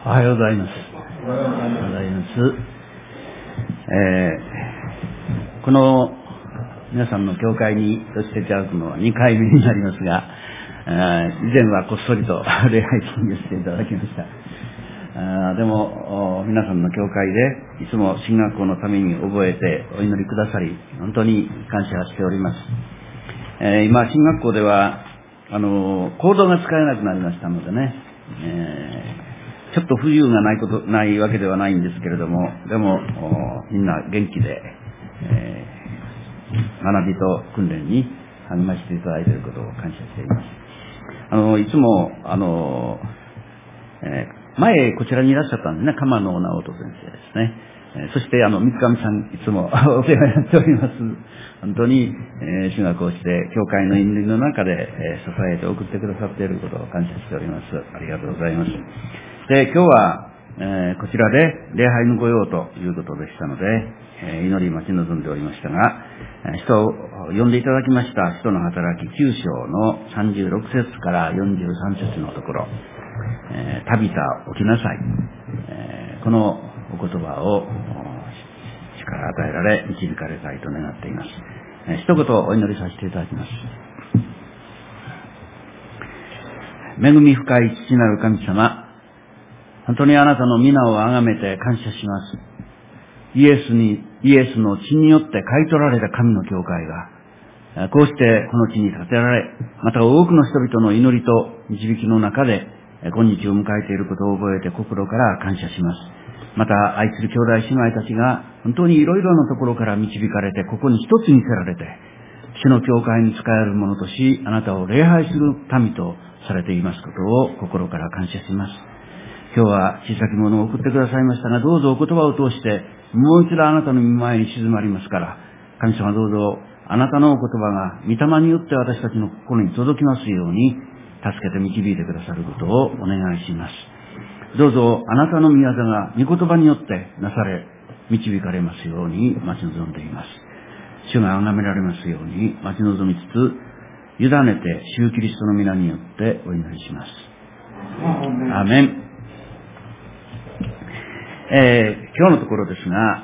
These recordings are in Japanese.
おはようございます。おはようございます。この皆さんの教会に寄せていただくのは2回目になりますが、以前はこっそりと礼拝に寄せていただきました。でも皆さんの教会でいつも進学校のために覚えてお祈りくださり、本当に感謝しております。今進学校ではコードが使えなくなりましたのでね、ちょっと不自由がないわけではないんですけれども、でもみんな元気で、学びと訓練に励ましていただいていることを感謝しています。いつも前こちらにいらっしゃったんですね、鎌野直人先生ですね。そして三上さん、いつもお世話になっております。本当に、進学をして教会の祈りの中で、支えて送ってくださっていることを感謝しております。ありがとうございます。で、今日は、こちらで礼拝の御用ということでしたので、祈り待ち望んでおりましたが、人を呼んでいただきました使徒の働き9章の36節から43節のところ、タビタ起きなさい、このお言葉を力与えられ導かれたいと願っています。一言お祈りさせていただきます。恵み深い父なる神様、本当にあなたの皆をあがめて感謝します。イエスの血によって買い取られた神の教会が、こうしてこの地に建てられ、また多くの人々の祈りと導きの中で、今日を迎えていることを覚えて心から感謝します。また愛する兄弟姉妹たちが本当にいろいろなところから導かれて、ここに一つにせられて、主の教会に仕えるものとし、あなたを礼拝する民とされていますことを心から感謝します。今日は小さきものを送ってくださいましたが、どうぞお言葉を通してもう一度あなたの御前に静まりますから、神様どうぞあなたのお言葉が御霊によって私たちの心に届きますように助けて導いてくださることをお願いします。どうぞあなたの御業が御言葉によってなされ導かれますように待ち望んでいます。主が崇められますように待ち望みつつ、委ねて主キリストの皆によってお祈りします。アーメン。今日のところですが、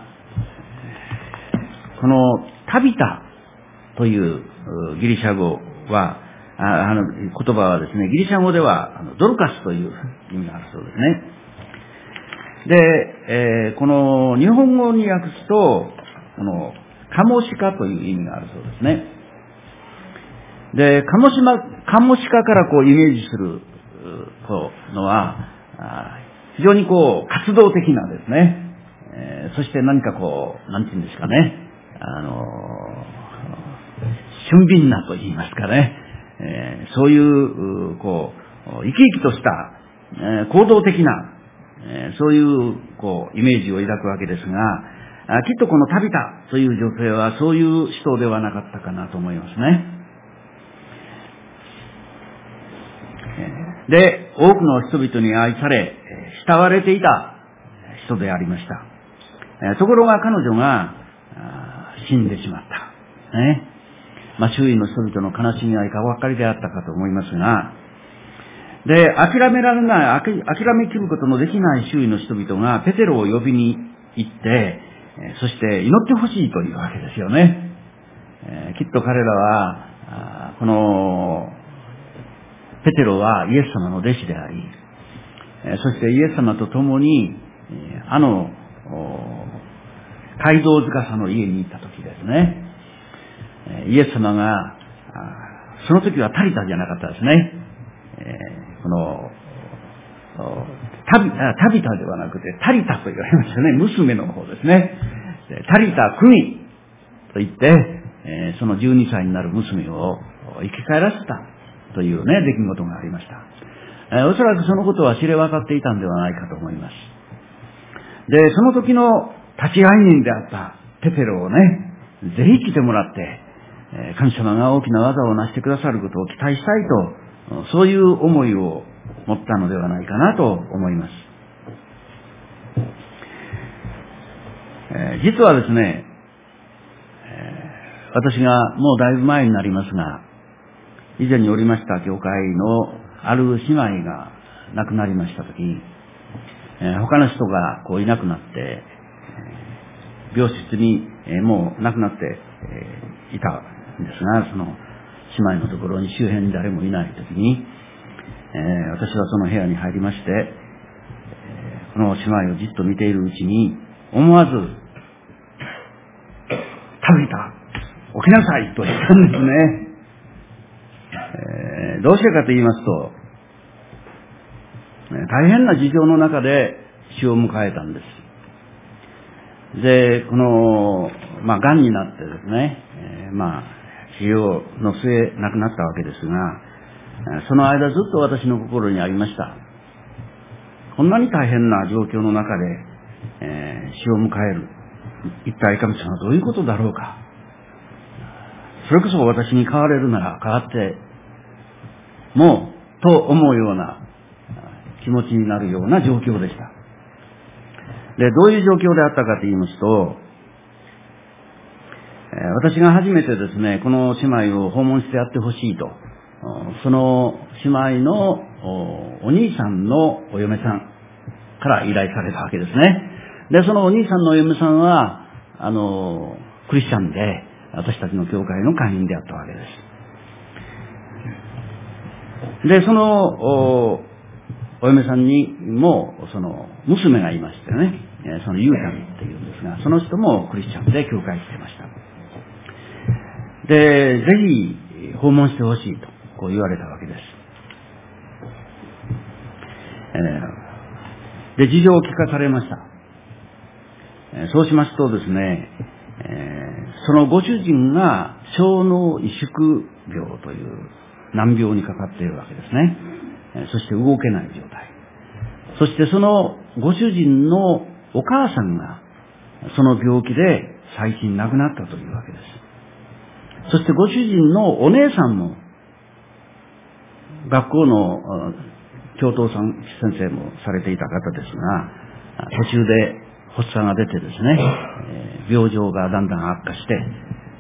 このタビタというギリシャ語は、言葉はですね、ギリシャ語ではドルカスという意味があるそうですね。で、この日本語に訳すと、このカモシカという意味があるそうですね。で、カモシカからこうイメージするのは、非常に活動的なですね、そして何かなんていうんですかね、俊敏なと言いますかね、そういう、生き生きとした、行動的な、そういう、イメージを抱くわけですが、きっとこのタビタという女性はそういう人ではなかったかなと思いますね。で、多くの人々に愛され、慕われていた人でありました。ところが彼女が死んでしまった。ね。周囲の人々の悲しみはいかばかりであったかと思いますが、で、諦めきることのできない周囲の人々がペテロを呼びに行って、そして祈ってほしいというわけですよね。きっと彼らは、このペテロはイエス様の弟子であり、そしてイエス様と共に、街道司の家に行った時ですね。イエス様が、その時はタリタじゃなかったですね。この、タビタではなくて、タリタと言われましたね。娘の方ですね。タリタ組と言って、その12歳になる娘を生き返らせたというね、出来事がありました。おそらくそのことは知れ渡っていたんではないかと思います。で、その時の立ち会い人であったペテロをね、ぜひ来てもらって、神様が大きな技を成してくださることを期待したいと、そういう思いを持ったのではないかなと思います。実はですね、私がもうだいぶ前になりますが、以前におりました教会のある姉妹が亡くなりましたとき、 他の人がいなくなって、病室に、もう亡くなって、いたんですが、その姉妹のところに周辺に誰もいないときに、私はその部屋に入りまして、この姉妹をじっと見ているうちに、思わず、タビタ、起きなさいと言ったんですね。どうしてかと言いますと、大変な事情の中で死を迎えたんです。で、癌になってですね、治療の末亡くなったわけですが、その間ずっと私の心にありました。こんなに大変な状況の中で、死を迎える。一体神様はどういうことだろうか。それこそ私に変われるなら変わってもうと思うような気持ちになるような状況でした。で、どういう状況であったかと言いますと、私が初めてですね、この姉妹を訪問してやってほしいと、その姉妹のお兄さんのお嫁さんから依頼されたわけですね。で、そのお兄さんのお嫁さんは、クリスチャンで、私たちの教会の会員であったわけです。で、そのお嫁さんにも、その娘がいましてね、そのユータンっていうんですが、その人もクリスチャンで教会してました。で、ぜひ訪問してほしいと、こう言われたわけです。で、事情を聞かされました。そうしますとですね、そのご主人が小脳萎縮病という難病にかかっているわけですね。そして動けない状態。そしてそのご主人のお母さんがその病気で最近亡くなったというわけです。そしてご主人のお姉さんも学校の教頭先生もされていた方ですが、途中で発作が出てですね、病状がだんだん悪化して、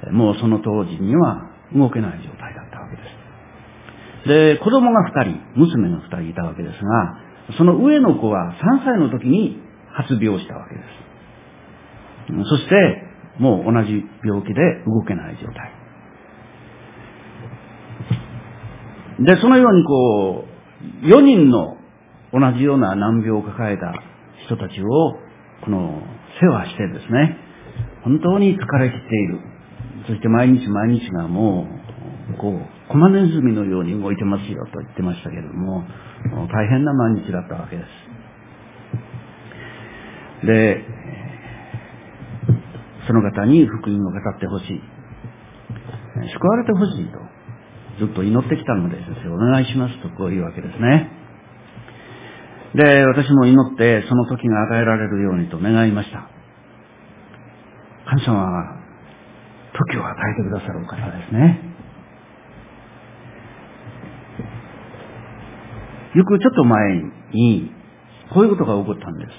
もうその当時には動けない状態だったわけです。で、子供が2人、娘が2人いたわけですが、その上の子は3歳の時に発病したわけです。そして、もう同じ病気で動けない状態。で、そのように4人の同じような難病を抱えた人たちを、世話してですね、本当に疲れ切っている。そして毎日毎日がもう、コマネズミのように動いてますよと言ってましたけれども、大変な毎日だったわけです。で、その方に福音を語ってほしい。救われてほしいと。ずっと祈ってきたので、先生お願いしますとこういうわけですね。で、私も祈ってその時が与えられるようにと願いました。神様は時を与えてくださるお方ですね。よくちょっと前にこういうことが起こったんです。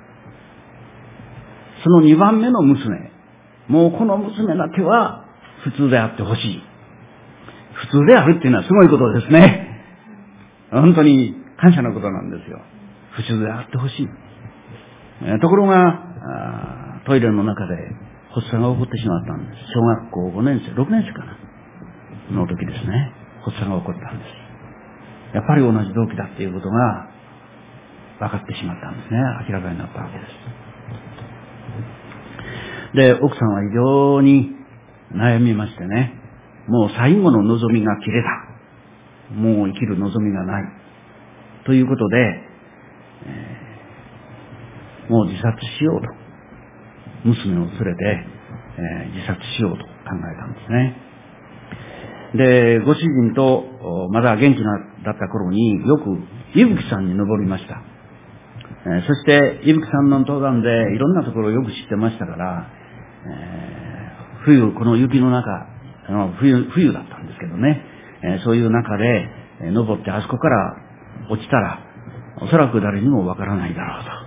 その2番目の娘、もうこの娘だけは普通であってほしい。普通であるっていうのはすごいことですね。本当に感謝のことなんですよ。普通であってほしい。ところが、トイレの中で発作が起こってしまったんです。小学校5年生、6年生かなの時ですね。発作が起こったんです。やっぱり同じ動機だっていうことが分かってしまったんですね。明らかになったわけです。で、奥さんは非常に悩みましてね、もう最後の望みが切れた。もう生きる望みがない。ということで、もう自殺しようと。娘を連れて、自殺しようと考えたんですね。で、ご主人とまだ元気だった頃によく伊吹さんに登りました。そして伊吹さんの登山でいろんなところをよく知ってましたから、この雪の中、冬だったんですけどね、そういう中で登ってあそこから落ちたらおそらく誰にもわからないだろうと。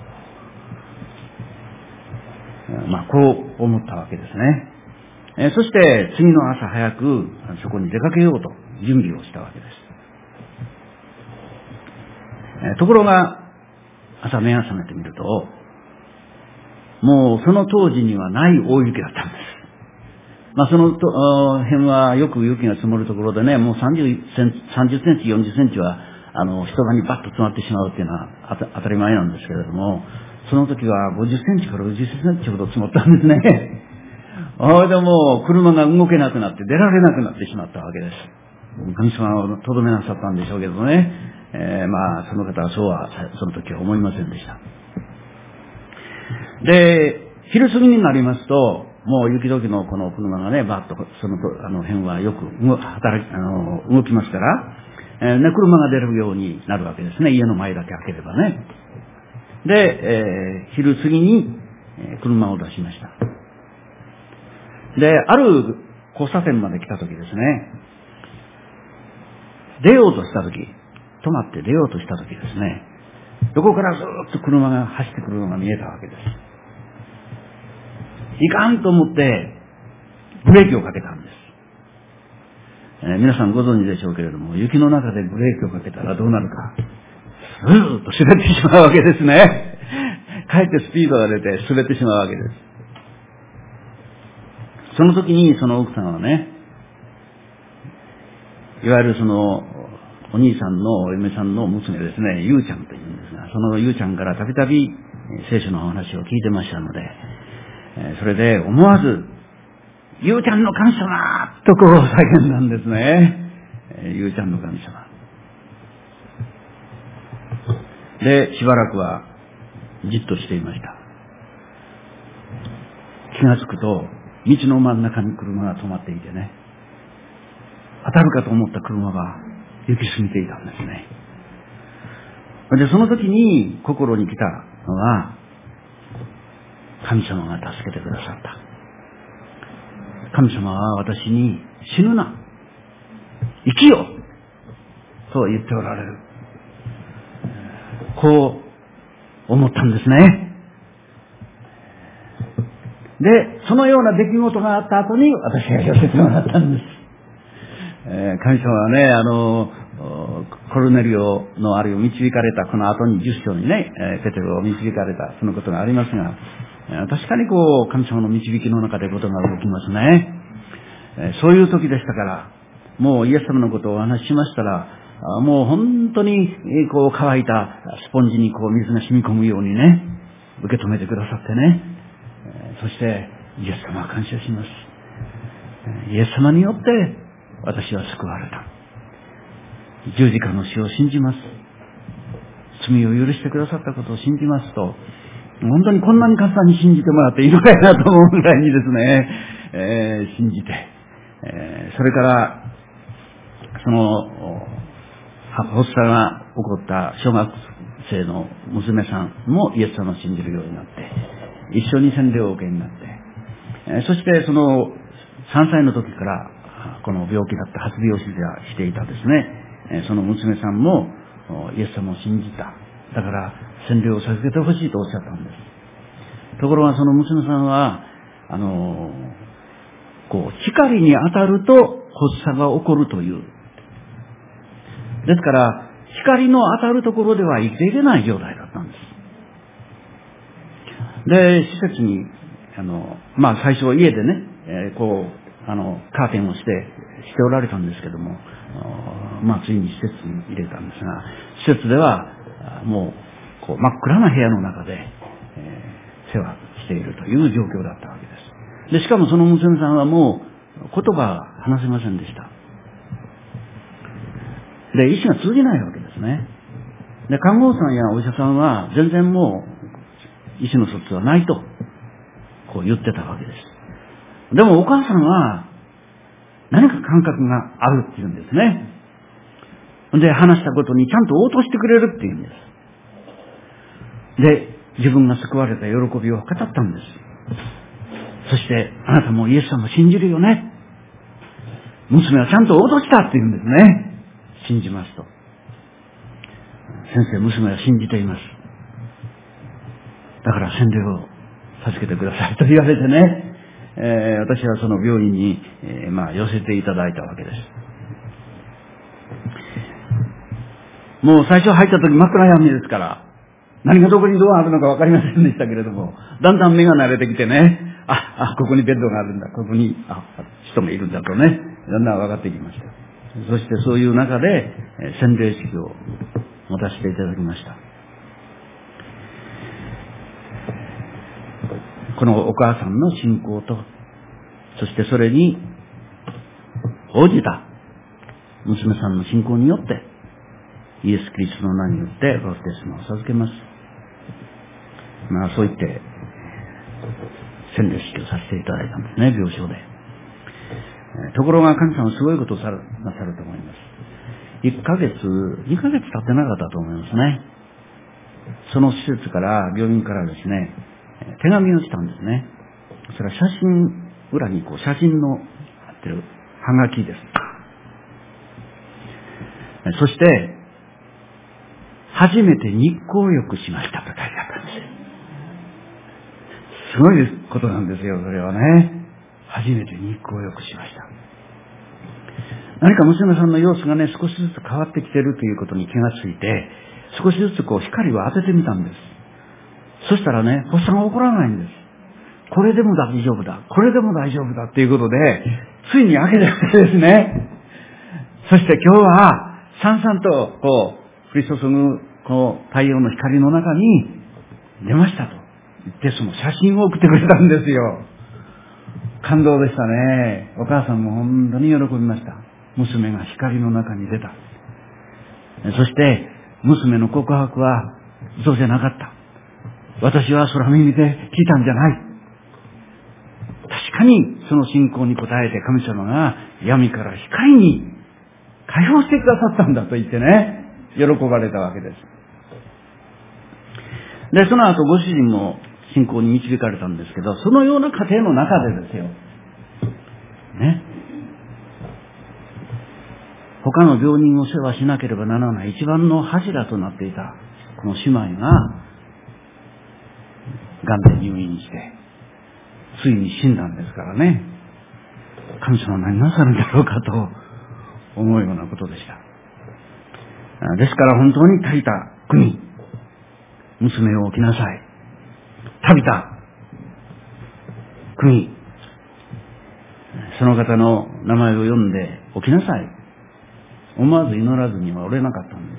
こう思ったわけですね。そして次の朝早くそこに出かけようと準備をしたわけです。ところが朝目が覚めてみると、もうその当時にはない大雪だったんです。その辺はよく雪が積もるところでね、もう30センチ、40センチは、一晩にバッと詰まってしまうっていうのは当たり前なんですけれども、その時は50センチから60センチほど積もったんですね。でも、車が動けなくなって出られなくなってしまったわけです。神様はとどめなさったんでしょうけどね。その方はそうは、その時は思いませんでした。で、昼過ぎになりますと、もう雪解けのこの車がね、バッと、その辺はよく動きますから、車が出るようになるわけですね。家の前だけ開ければね。で、昼過ぎに、車を出しました。で、ある交差点まで来た時ですね、出ようとした時、止まって出ようとした時ですね、横からずーっと車が走ってくるのが見えたわけです。いかんと思って、ブレーキをかけたんです。皆さんご存知でしょうけれども、雪の中でブレーキをかけたらどうなるか。スーッと滑ってしまうわけですね。かえってスピードが出て滑ってしまうわけです。その時にその奥さんはね、いわゆるそのお兄さんのお嫁さんの娘ですね、ゆうちゃんというんですが、そのゆうちゃんからたびたび聖書のお話を聞いてましたので、それで思わず、ゆうちゃんの神様とこう叫んだんですね。ゆうちゃんの神様。で、しばらくはじっとしていました。気がつくと、道の真ん中に車が止まっていてね、当たるかと思った車が行き過ぎていたんですね。で、その時に心に来たのは、神様が助けてくださった。神様は私に死ぬな、生きよと言っておられる。こう思ったんですね。で、そのような出来事があった後に私が寄せてもらったんです。神様はね、コルネリオのあれを導かれたこの後に10章にね、ペテロを導かれたそのことがありますが、確かにこう神様の導きの中でことが動きますね。そういう時でしたから、もうイエス様のことをお話ししましたら、もう本当にこう乾いたスポンジにこう水が染み込むようにね、受け止めてくださってね、そしてイエス様は感謝します。イエス様によって私は救われた。十字架の死を信じます。罪を許してくださったことを信じますと、本当にこんなに簡単に信じてもらっていいのかいなと思うぐらいにですね、信じて、それからその発作が起こった小学生の娘さんもイエス様を信じるようになって、一緒に洗礼をお受けになって、そしてその3歳の時からこの病気だった発病していたですね、その娘さんもイエス様を信じた。だから洗礼を授けてほしいとおっしゃったんです。ところがその娘さんはこう光に当たると発作が起こるという。ですから光の当たるところでは生きていけない状態だったんです。で、施設に最初は家でね、カーテンをしておられたんですけども、ついに施設に入れたんですが、施設ではもうこう真っ暗な部屋の中で、世話しているという状況だったわけです。で、しかもその娘さんはもう言葉が話せませんでした。で、意思が通じないわけですね。で、看護師さんやお医者さんは全然もう意思の疎通はないとこう言ってたわけです。でもお母さんは何か感覚があるっていうんですね。で、話したことにちゃんと応答してくれるっていうんです。で、自分が救われた喜びを語ったんです。そして、あなたもイエス様を信じるよね。娘はちゃんと応答したって言うんですね。信じますと。先生、娘は信じています。だから洗礼を授けてくださいと言われてね、私はその病院に、寄せていただいたわけです。もう最初入った時真っ暗闇ですから、 何がどこにどうあるのか分かりませんでしたけれども、だんだん目が慣れてきてね、ここにベッドがあるんだ、ここに、人もいるんだとね、だんだん分かってきました。そしてそういう中で、洗礼式を持たせていただきました。このお母さんの信仰と、そしてそれに応じた娘さんの信仰によって、イエス・キリストの名によってバプテスマを授けます。そう言って、洗礼式をさせていただいたんですね、病床で。ところが神様はすごいことをなさると思います。1ヶ月、2ヶ月経ってなかったと思いますね。その施設から、病院からですね、手紙が来たんですね。それは写真、裏に写真の入ってるハガキです。そして、初めて日光浴しましたと書いてあったんですよ。すごいことなんですよ、それはね。初めて日光浴しました。何か娘さんの様子がね、少しずつ変わってきているということに気がついて、少しずつ光を当ててみたんです。そしたらね、発作が起こらないんです。これでも大丈夫だ、これでも大丈夫だっていうことで、ついに開けてきてですね。そして今日は、さんさんと降り注ぐ太陽の光の中に出ましたと言って、その写真を送ってくれたんですよ。感動でしたね。お母さんも本当に喜びました。娘が光の中に出た。そして娘の告白は嘘じゃなかった。私は空耳で聞いたんじゃない。確かにその信仰に応えて神様が闇から光に解放してくださったんだと言ってね、喜ばれたわけです。で、その後ご主人も信仰に導かれたんですけど、そのような家庭の中でですよ。ね。他の病人を世話しなければならない一番の柱となっていたこの姉妹が、癌で入院して、ついに死んだんですからね。神様は何なさるんだろうかと思うようなことでした。ですから本当にタビタ国、娘を起きなさい。タビタ国、その方の名前を読んで起きなさい。思わず祈らずにはおれなかったんです。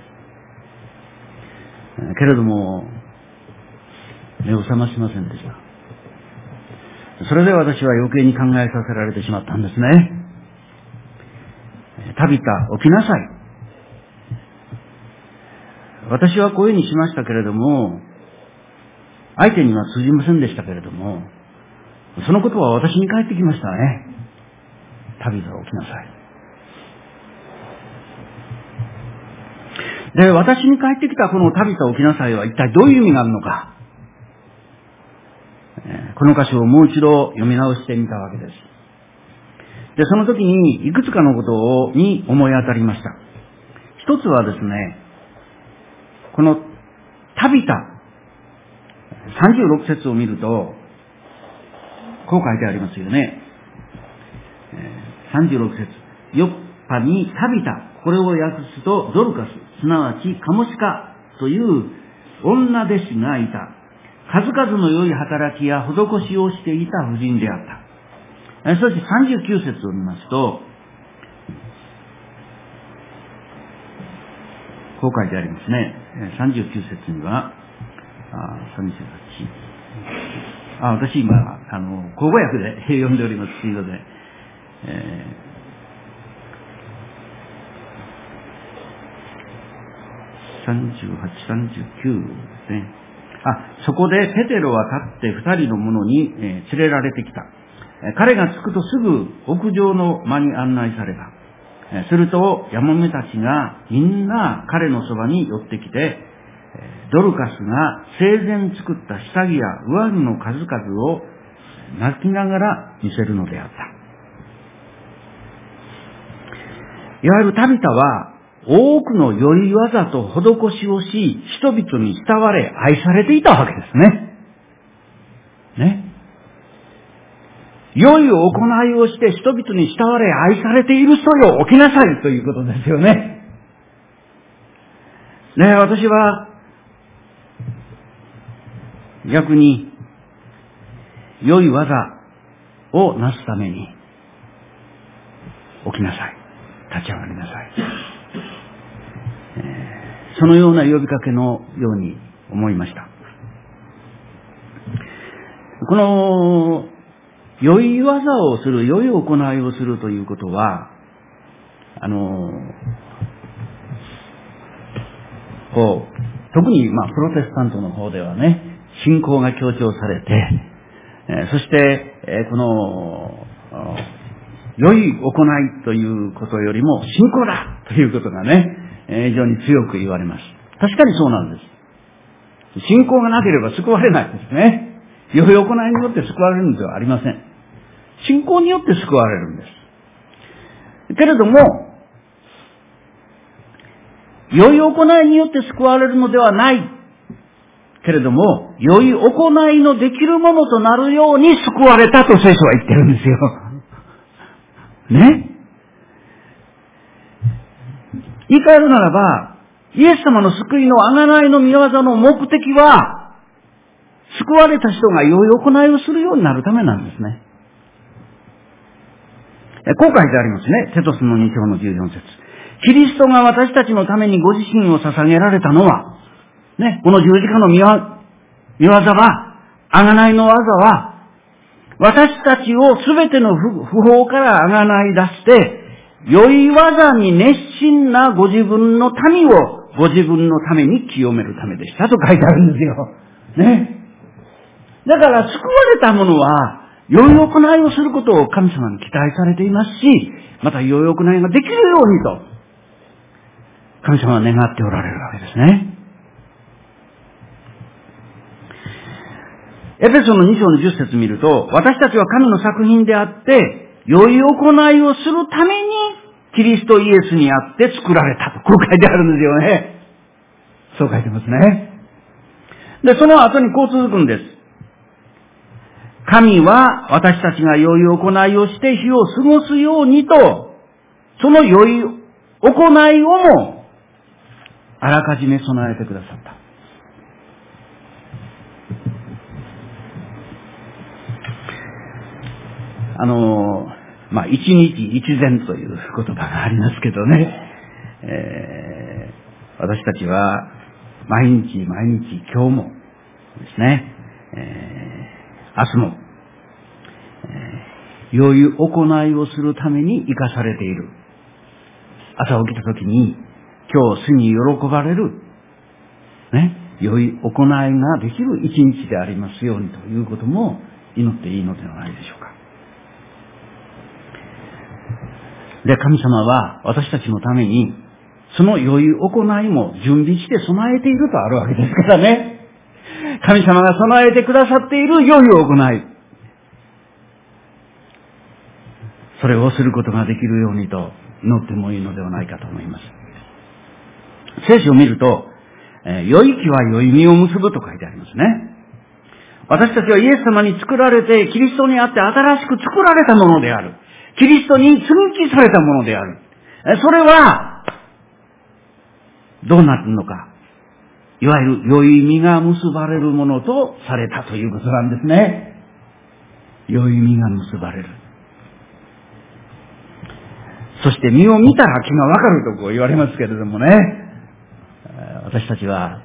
けれども目を覚ましませんでした。それで私は余計に考えさせられてしまったんですね。タビタ起きなさい。私は声にしましたけれども、相手には通じませんでしたけれども、そのことは私に返ってきましたね。タビタ起きなさい。で、私に返ってきたこのタビタ起きなさいは一体どういう意味があるのか。この箇所をもう一度読み直してみたわけです。で、その時にいくつかのことに思い当たりました。一つはですね、このタビタ、36節を見ると、こう書いてありますよね。36節。ヨッパにタビタ、これを訳すとドルカス、すなわちカモシカという女弟子がいた。数々の良い働きや施しをしていた婦人であった。そして39節を見ますと、こう書いてありますね。39節には、38。私今、口語訳で読んでおります。すいません。38、39ですね。そこでペテロは立って二人の者に連れられてきた。彼が着くとすぐ屋上の間に案内された。するとヤモメたちがみんな彼のそばに寄ってきて、ドルカスが生前作った下着や上着の数々を泣きながら見せるのであった。いわゆるタビタは多くの良い技と施しをし、人々に慕われ、愛されていたわけですね。ね。良い行いをして人々に慕われ、愛されている人よ、起きなさいということですよね。ね、私は、 逆に、良い技をなすために、起きなさい。立ち上がりなさい。そのような呼びかけのように思いました。この、良い技をする、良い行いをするということは、特に、プロテスタントの方ではね、信仰が強調されて、そして、この、良い行いということよりも信仰だということがね、非常に強く言われます。確かにそうなんです。信仰がなければ救われないですね。良い行いによって救われるのではありません。信仰によって救われるんです。けれども、良い行いによって救われるのではない。けれども、良い行いのできるものとなるように救われたと聖書は言ってるんですよ。ね。言い換えるならば、イエス様の救いの贖いの御業の目的は、救われた人が良い行いをするようになるためなんですね。こう書いてありますね。テトスの2章の14節。キリストが私たちのためにご自身を捧げられたのは、ね、この十字架の御業は、贖いの技は、私たちをすべての不法から贖い出して、良い技に熱心なご自分の民をご自分のために清めるためでしたと書いてあるんですよ。ね。だから救われた者は、良い行いをすることを神様に期待されていますし、また良い行いができるようにと、神様は願っておられるわけですね。エペソの2章の10節見ると、私たちは神の作品であって、良い行いをするために、キリストイエスにあって作られたと、こう書いてあるんですよね。そう書いてますね。で、その後にこう続くんです。神は私たちが良い行いをして日を過ごすようにと、その良い行いをも、あらかじめ備えてくださった。一日一善という言葉がありますけどね、私たちは毎日今日もですね、明日も、良い行いをするために生かされている。朝起きた時に今日主に喜ばれる、ね、良い行いができる一日でありますようにということも祈っていいのではないでしょうか。で、神様は私たちのために、その良い行いも準備して備えているとあるわけですからね。神様が備えてくださっている良い行い。それをすることができるようにと祈ってもいいのではないかと思います。聖書を見ると、良い木は良い実を結ぶと書いてありますね。私たちはイエス様に作られて、キリストにあって新しく作られたものである。キリストに接ぎ木されたものである。それは、どうなるのか。いわゆる良い実が結ばれるものとされたということなんですね。良い実が結ばれる。そして実を見たら木がわかるとこう言われますけれどもね。私たちは、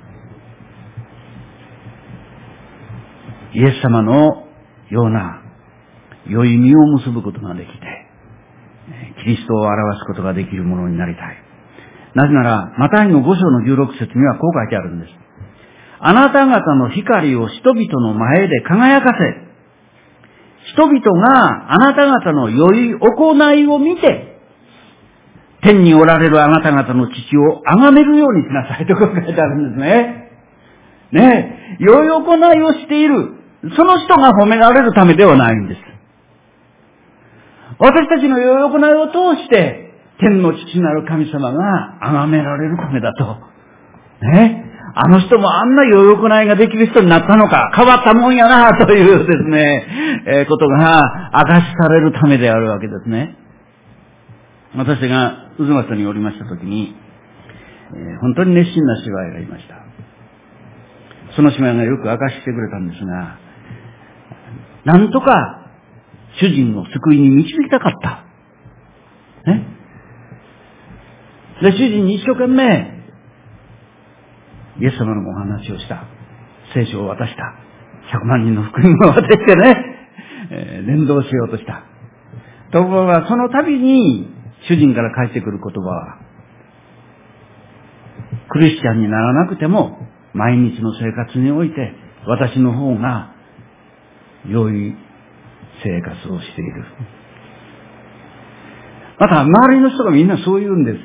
イエス様のような良い実を結ぶことができて、キリストを表すことができるものになりたい。なぜなら、マタイの5章の16節にはこう書いてあるんです。あなた方の光を人々の前で輝かせ、人々があなた方の良い行いを見て、天におられるあなた方の父を崇めるようにしなさいと書いてあるんですね。ねえ、良い行いをしている、その人が褒められるためではないんです。私たちの良い行いを通して、天の父なる神様が崇められるためだと。ね。あの人もあんな良い行いができる人になったのか、変わったもんやな、というですね、ことが明かしされるためであるわけですね。私が渦政におりましたときに、本当に熱心な芝居がいました。 その姉妹がよく明かしてくれたんですが、なんとか主人を救いに導きたかった。ね。で、主人に一生懸命、イエス様のお話をした。聖書を渡した。100万人の福音を渡してね、伝道しようとした。ところが、その度に主人から返ってくる言葉は、クリスチャンにならなくても、毎日の生活において、私の方が良い生活をしている。また、周りの人がみんなそう言うんです。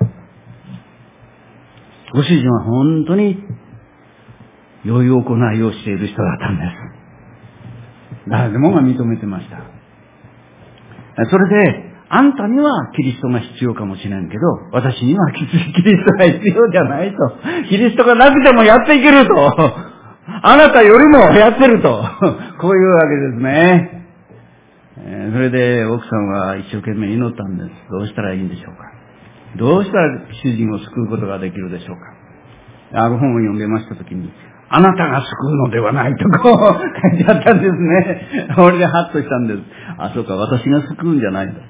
ご主人は本当に良い行いをしている人だったんです。誰でもが認めてました。それで、あんたにはキリストが必要かもしれんけど、私にはキリストが必要じゃないと。キリストがなくてもやっていけると。あなたよりもやってると。こういうわけですね。それで奥さんは一生懸命祈ったんです。どうしたらいいんでしょうか。どうしたら主人を救うことができるでしょうか。ある本を読んでましたときに、あなたが救うのではないとこう書いてあったんですね。それでハッとしたんです。あ、そうか、私が救うんじゃないんだと。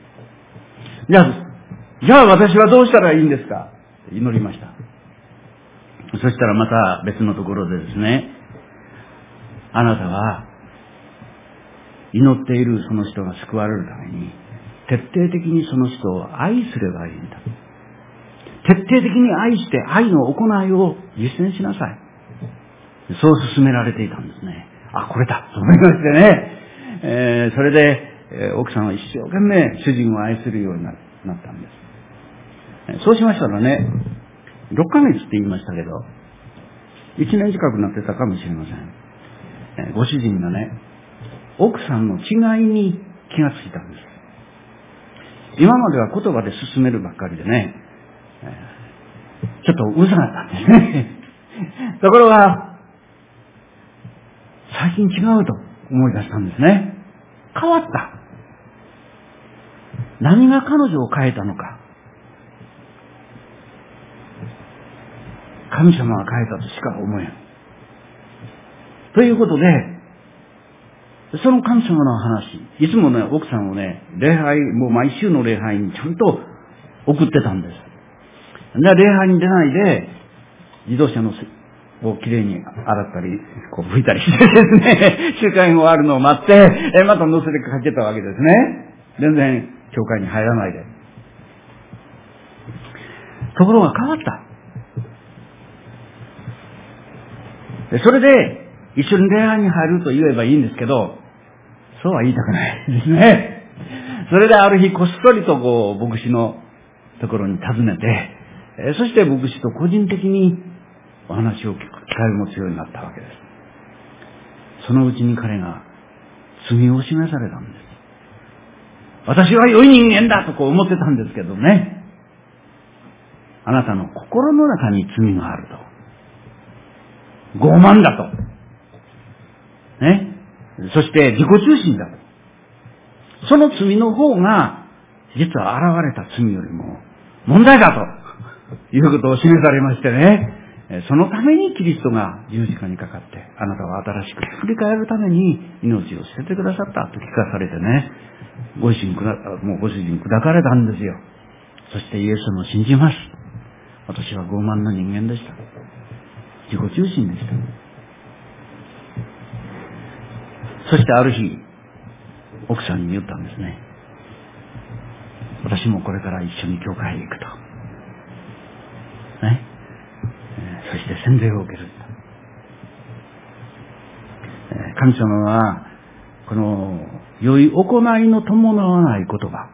じゃあ私はどうしたらいいんですか。祈りました。そしたらまた別のところでですね、あなたは祈っているその人が救われるために徹底的にその人を愛すればいいんだ。徹底的に愛して愛の行いを実践しなさい。そう勧められていたんですね。あ、これだと思いましてね。それで、奥さんは一生懸命主人を愛するようになったんです。そうしましたらね、6ヶ月って言いましたけど、1年近くなってたかもしれません。ご主人がね、奥さんの違いに気がついたんです。今までは言葉で進めるばっかりでね、ちょっとうるさかったんですね。ところが、最近違うと思い出したんですね。変わった。何が彼女を変えたのか。神様が変えたとしか思えん。ということで、その神様の話、いつもね、奥さんをね、礼拝、もう毎週の礼拝にちゃんと送ってたんです。で、礼拝に出ないで、自動車のをきれいに洗ったり、こう拭いたりしてですね、集会が終わるのを待って、また乗せてかけたわけですね。全然、教会に入らないで。ところが変わった。それで、一緒に礼拝に入ると言えばいいんですけど、そうは言いたくないですね。それである日、こっそりとこう、牧師のところに訪ねて、そして牧師と個人的にお話を聞く機会を持つようになったわけです。そのうちに彼が罪を示されたんです。私は良い人間だとこう思ってたんですけどね。あなたの心の中に罪があると。傲慢だと。ね。そして自己中心だと。その罪の方が、実は現れた罪よりも問題だということを示されましてね。そのためにキリストが十字架にかかって、あなたは新しく振り返るために命を捨ててくださったと聞かされてね、もうご主人砕かれたんですよ。そしてイエスを信じます。私は傲慢な人間でした。自己中心でした。そしてある日、奥さんに言ったんですね。私もこれから一緒に教会へ行くと。ね。そして洗礼を受ける。神様は、この良い行いの伴わない言葉。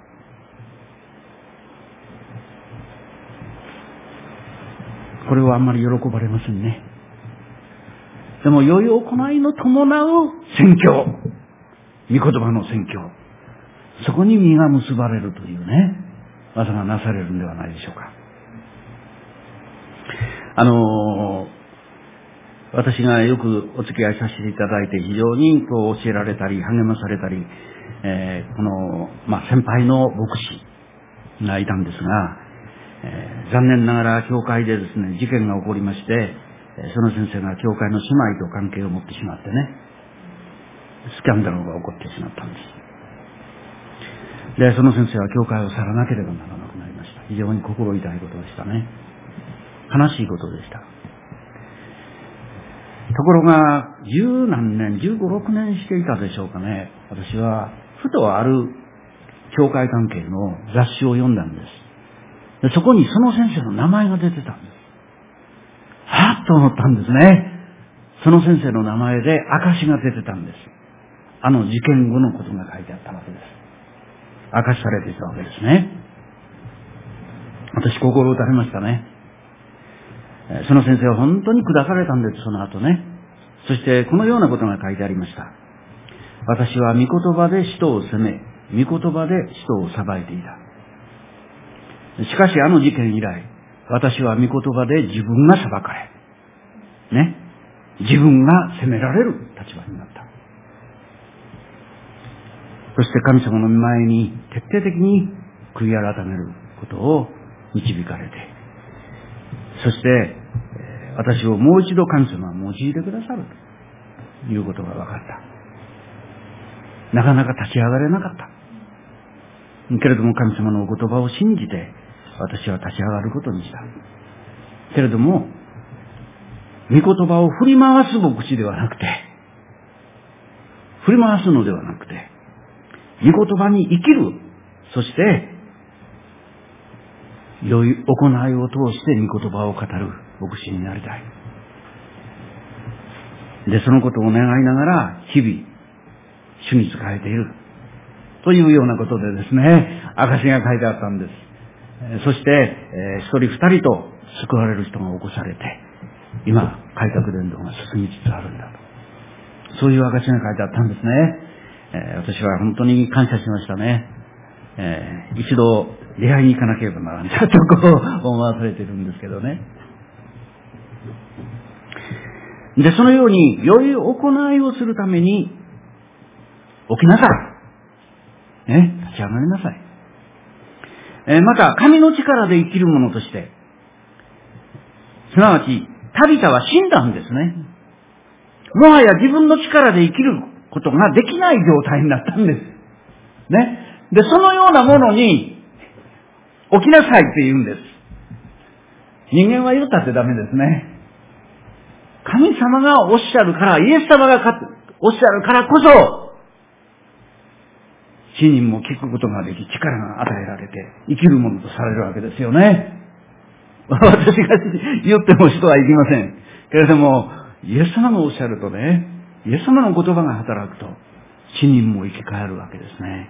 これはあんまり喜ばれませんね。でも良い行いの伴う宣教。御言葉の宣教。そこに実が結ばれるというね、技がなされるんではないでしょうか。私がよくお付き合いさせていただいて非常にこう教えられたり励まされたり、先輩の牧師がいたんですが、残念ながら教会でですね、事件が起こりまして、 その先生が教会の姉妹と関係を持ってしまってね、スキャンダルが起こってしまったんです。で、その先生は教会を去らなければならなくなりました。非常に心痛いことでしたね。悲しいことでした。ところが、十何年、15、16年していたでしょうかね。私は、ふとある教会関係の雑誌を読んだんです。でそこにその先生の名前が出てたんです。はぁと思ったんですね。その先生の名前で証が出てたんです。あの事件後のことが書いてあったわけです。証されていたわけですね。私、心打たれましたね。その先生は本当に砕かれたんです、その後ね。そしてこのようなことが書いてありました。私は御言葉で人を責め、御言葉で人を裁いていた。しかしあの事件以来、私は御言葉で自分が裁かれ、ね、自分が責められる立場になった。そして神様の前に徹底的に悔い改めることを導かれて、そして、私をもう一度神様は用いてくださるということが分かった。なかなか立ち上がれなかった。けれども神様のお言葉を信じて私は立ち上がることにした。けれども、御言葉を振り回す牧師ではなくて、振り回すのではなくて、御言葉に生きる、そして良い行いを通して御言葉を語る牧師になりたい。で、そのことを願いながら日々主に仕えているというようなことでですね、証が書いてあったんです。そして、一人二人と救われる人が起こされて、今開拓伝道が進みつつあるんだと、そういう証が書いてあったんですね。私は本当に感謝しましたね。一度出会いに行かなければならないとこう思わされているんですけどね。で、そのように良い行いをするために起きなさい。ね、立ち上がりなさい。また、神の力で生きる者として、すなわち、タビタは死んだんですね。もはや自分の力で生きることができない状態になったんです。ね。で、そのようなものに、起きなさいって言うんです。人間は言ったってダメですね。神様がおっしゃるから、イエス様がおっしゃるからこそ、死人も聞くことができ、力が与えられて、生きるものとされるわけですよね。私が言っても人は生きません。けれども、イエス様がおっしゃるとね、イエス様の言葉が働くと、死人も生き返るわけですね。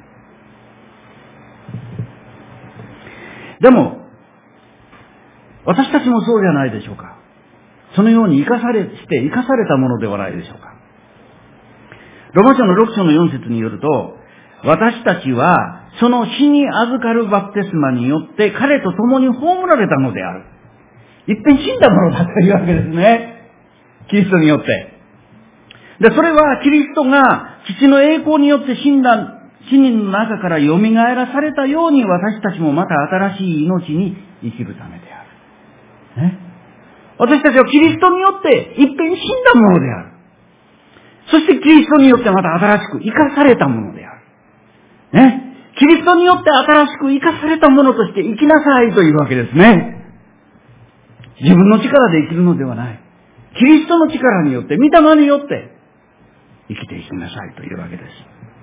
でも、私たちもそうじゃないでしょうか。そのように生かされたものではないでしょうか。ローマ書の6章の4節によると、私たちはその死に預かるバプテスマによって彼と共に葬られたのである。一遍死んだものだというわけですね。キリストによって。で、それはキリストが父の栄光によって死人の中から蘇らされたように、私たちもまた新しい命に生きるためである。ね。私たちはキリストによって一遍死んだものである。そしてキリストによってまた新しく生かされたものである。ね。キリストによって新しく生かされたものとして生きなさいというわけですね。自分の力で生きるのではない。キリストの力によって、御霊によって生きていきなさいというわけです。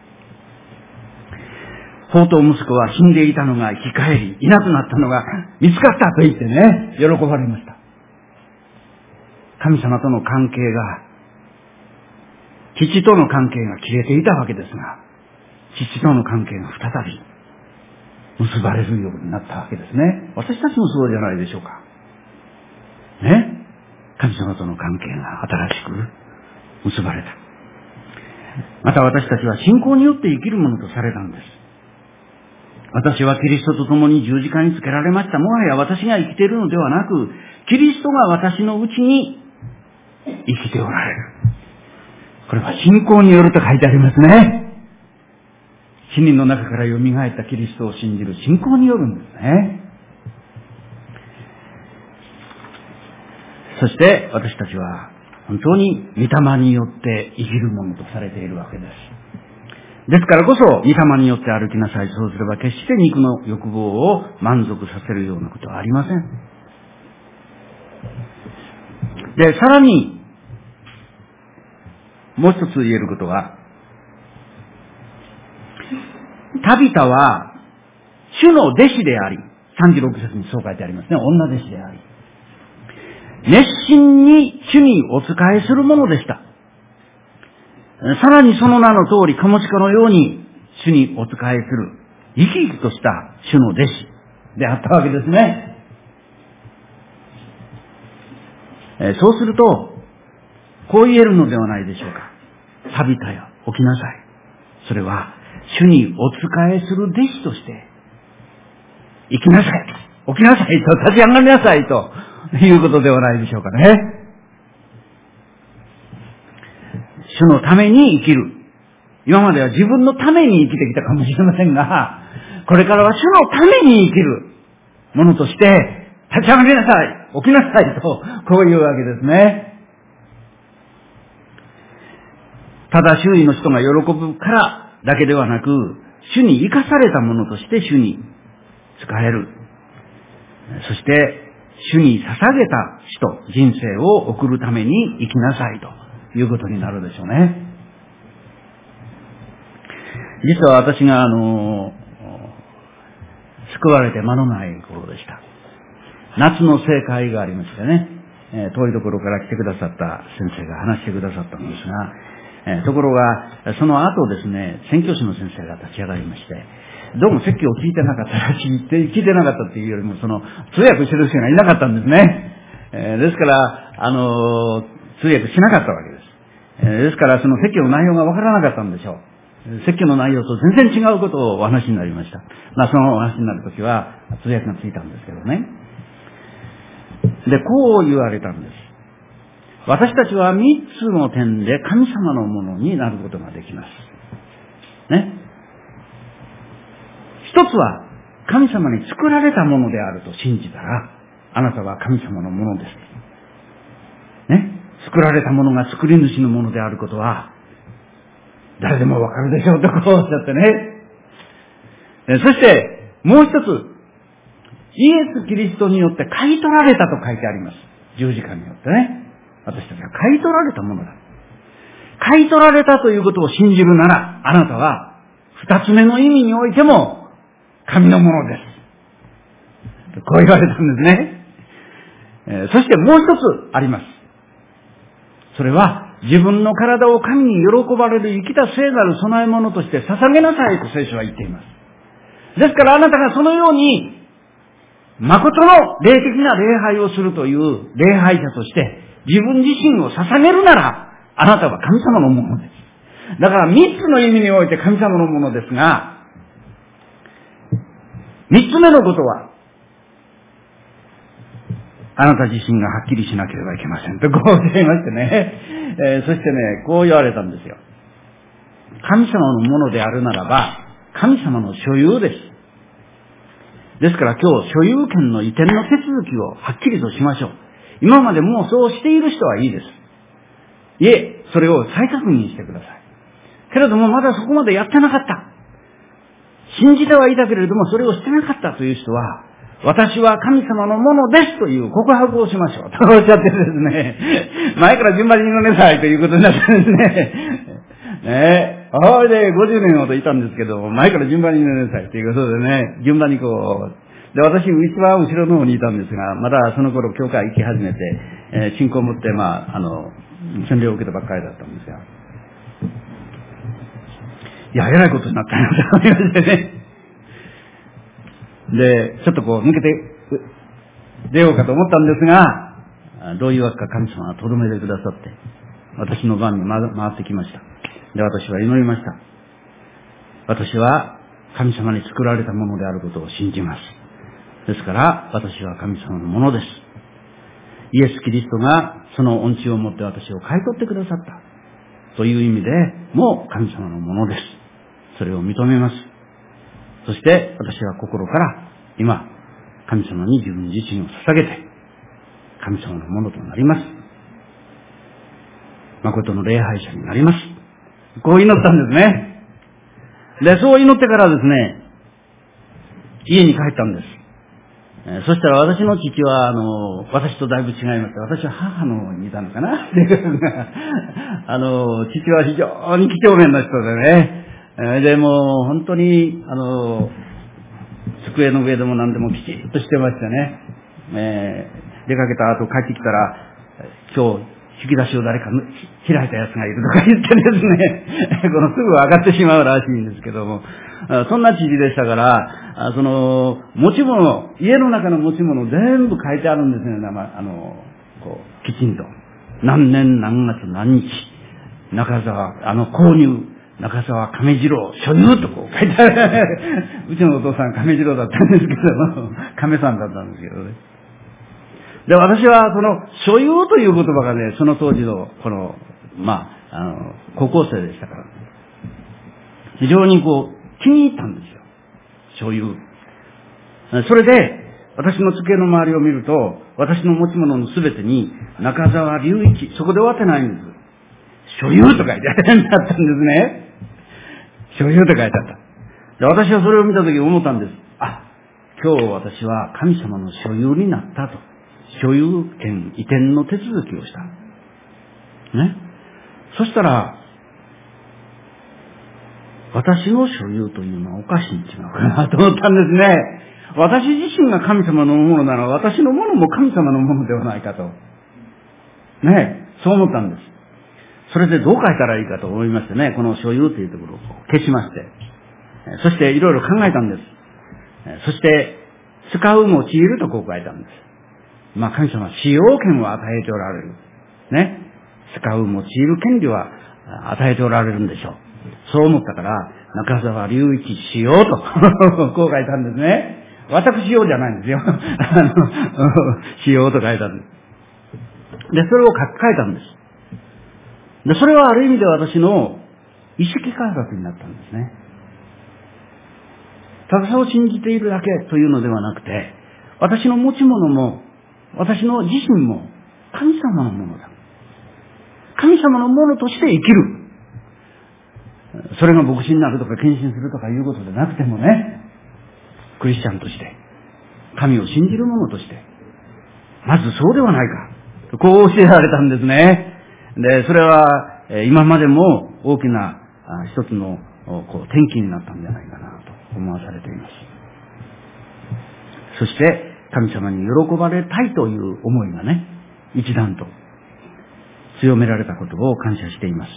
放蕩息子は死んでいたのが生き返り、いなくなったのが見つかったと言ってね、喜ばれました。神様との関係が、父との関係が切れていたわけですが、父との関係が再び結ばれるようになったわけですね。私たちもそうじゃないでしょうか。ね。神様との関係が新しく結ばれた。また私たちは信仰によって生きるものとされたんです。私はキリストと共に十字架につけられました。もはや私が生きているのではなく、キリストが私のうちに生きておられる。これは信仰によると書いてありますね。死人の中から蘇ったキリストを信じる信仰によるんですね。 そして私たちは本当に御霊によって生きるものとされているわけです。ですからこそ御霊によって歩きなさい。そうすれば決して肉の欲望を満足させるようなことはありません。で、さらにもう一つ言えることは、タビタは主の弟子であり、36節にそう書いてありますね。女弟子であり、熱心に主にお仕えするものでした。さらにその名の通り、カモシカのように主にお仕えする生き生きとした主の弟子であったわけですね。そうするとこう言えるのではないでしょうか。タビタよ、起きなさい。それは主にお仕えする弟子として生きなさい、起きなさいと、立ち上がりなさいということではないでしょうかね。主のために生きる。今までは自分のために生きてきたかもしれませんが、これからは主のために生きるものとして立ち上がりなさい、起きなさいと、こういうわけですね。ただ周囲の人が喜ぶからだけではなく、主に生かされたものとして主に仕える。そして主に捧げた人生を送るために生きなさいということになるでしょうね。実は私が救われて間のない頃でした。夏の聖会がありましてね、遠いところから来てくださった先生が話してくださったんですが、ところがその後ですね、宣教師の先生が立ち上がりまして、どうも説教を聞いてなかったらしいって、聞いてなかったっていうよりも、その通訳してる人がいなかったんですね。ですから通訳しなかったわけです。ですからその説教の内容がわからなかったんでしょう。説教の内容と全然違うことをお話になりました。そのお話になるときは通訳がついたんですけどね。で、こう言われたんです。私たちは3つの点で神様のものになることができます。ね。一つは神様に作られたものであると信じたら、あなたは神様のものです。ね。作られたものが作り主のものであることは誰でもわかるでしょうとこうおっしゃってね。そしてもう一つ、イエス・キリストによって買い取られたと書いてあります。十字架によってね。私たちは買い取られたものだ。買い取られたということを信じるなら、あなたは二つ目の意味においても神のものです。こう言われたんですね。そしてもう一つあります。それは自分の体を神に喜ばれる生きた聖なる供え物として捧げなさいと聖書は言っています。ですからあなたがそのように誠の霊的な礼拝をするという礼拝者として自分自身を捧げるなら、あなたは神様のものです。だから三つの意味において神様のものですが、三つ目のことは、あなた自身がはっきりしなければいけませんとこう言いましてね、そしてね、こう言われたんですよ。神様のものであるならば神様の所有です。ですから今日所有権の移転の手続きをはっきりとしましょう。今までもうそうしている人はいいです。いえ、それを再確認してください。けれどもまだそこまでやってなかった。信じてはいたけれどもそれをしてなかったという人は、私は神様のものですという告白をしましょうとおっしゃってですね、前から順番に乗りなさいということになってですね、それで50年ほどいたんですけど、前から順番に乗りなさいということでね、順番にこう、で、私一番後ろの方にいたんですが、まだその頃教会行き始めて、信仰を持って洗礼を受けたばっかりだったんですが、いや、えらいことになったなと思いましてね。で、ちょっとこう抜けて出ようかと思ったんですが、どういうわけか神様はとどめてくださって、私の番に回ってきました。で、私は祈りました。私は神様に作られたものであることを信じます。ですから私は神様のものです。イエス・キリストがその恩賜をもって私を買い取ってくださったという意味でもう神様のものです。それを認めます。そして私は心から今神様に自分自身を捧げて神様のものとなります。誠の礼拝者になります。こう祈ったんですね。で、そう祈ってからですね、家に帰ったんです。そしたら私の父は、私とだいぶ違いまして、私は母の方にいたのかなっていうのが、父は非常に几帳面な人でね、でも本当に、机の上でも何でもきちっとしてましてね、出かけた後帰ってきたら、今日、引き出しを誰か開いた奴がいるとか言ってですね、すぐ上がってしまうらしいんですけども、そんな知事でしたから、持ち物、家の中の持ち物全部書いてあるんですね、きちんと。何年何月何日、中沢、購入、中沢亀次郎所有とこう書いてある。うちのお父さん亀次郎だったんですけども、亀さんだったんですけどね。で、私は所有という言葉がね、その当時の、高校生でしたから、非常に気に入ったんですよ。所有。それで、私の机の周りを見ると、私の持ち物のすべてに、中沢隆一、そこで終わってないんです。所有と書いてあったんですね。所有と書いてあった。で、私はそれを見たとき思ったんです。今日私は神様の所有になったと。所有権、移転の手続きをした。ね。そしたら、私の所有というのはおかしいん違うかなと思ったんですね。私自身が神様のものなら、私のものも神様のものではないかと。ね。そう思ったんです。それでどう書いたらいいかと思いましてね、この所有というところを消しまして、そしていろいろ考えたんです。そして、使う、用いるとこう書いたんです。神様は使用権を与えておられる。ね。使う、用いる権利は与えておられるんでしょう。そう思ったから、中沢隆一使用と、こう書いたんですね。私用じゃないんですよ。使用と書いたんです。で、それを書き換えたんです。で、それはある意味で私の意識改革になったんですね。ただそう信じているだけというのではなくて、私の持ち物も、私の自身も神様のものだ。神様のものとして生きる。それが牧師になるとか献身するとかいうことでなくてもね、クリスチャンとして、神を信じる者として、まずそうではないか。こう教えられたんですね。で、それは今までも大きな一つの転機になったんじゃないかなと思わされています。そして神様に喜ばれたいという思いがね、一段と強められたことを感謝しています。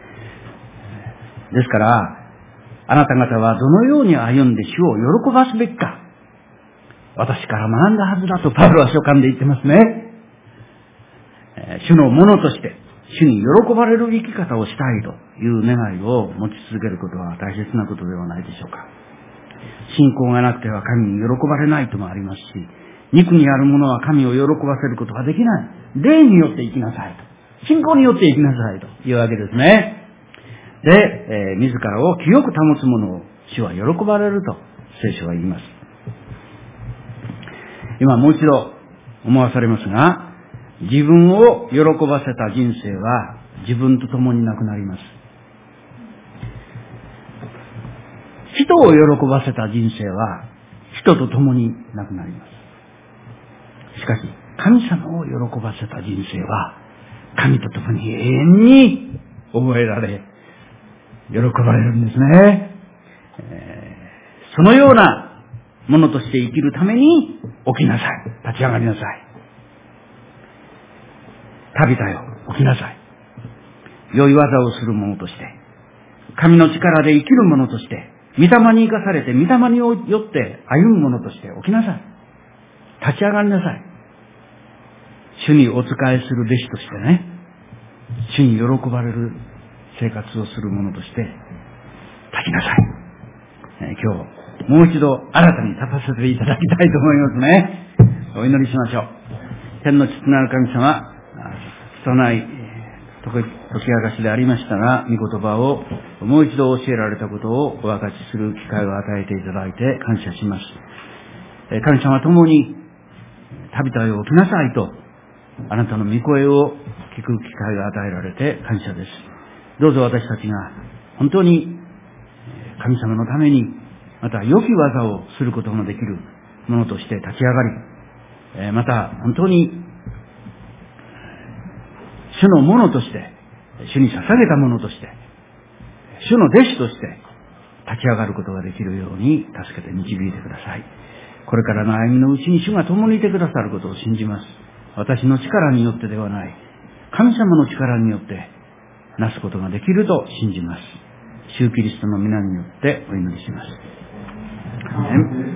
ですから、あなた方はどのように歩んで主を喜ばすべきか、私から学んだはずだとパウロは書簡で言ってますね。主のものとして、主に喜ばれる生き方をしたいという願いを持ち続けることは大切なことではないでしょうか。信仰がなくては神に喜ばれないともありますし、肉にあるものは神を喜ばせることができない。霊によって生きなさいと。信仰によって生きなさいというわけですね。で、自らを清く保つ者を主は喜ばれると聖書は言います。今もう一度思わされますが、自分を喜ばせた人生は自分と共になくなります。人を喜ばせた人生は人と共になくなります。しかし、神様を喜ばせた人生は神と共に永遠に覚えられ、喜ばれるんですね。そのようなものとして生きるために起きなさい。立ち上がりなさい。旅だよ。起きなさい。良い技をする者として、神の力で生きる者として、御霊に生かされて、御霊によって歩む者として起きなさい。立ち上がりなさい。主にお仕えする弟子としてね、主に喜ばれる生活をする者として立ちなさい。今日もう一度新たに立たせていただきたいと思いますね。お祈りしましょう。天の父なる神様、拙い解き明かしでありましたが、御言葉をもう一度教えられたことをお分かちする機会を与えていただいて感謝します。神様ともに旅だよ起きなさいとあなたの御声を聞く機会が与えられて感謝です。どうぞ私たちが本当に神様のために、また良き技をすることのできるものとして立ち上がり、また本当に主のものとして、主に捧げたものとして、主の弟子として立ち上がることができるように助けて導いてください。これからの歩みのうちに主が共にいてくださることを信じます。私の力によってではない、神様の力によってなすことができると信じます。主キリストの皆によってお祈りします。アーメン。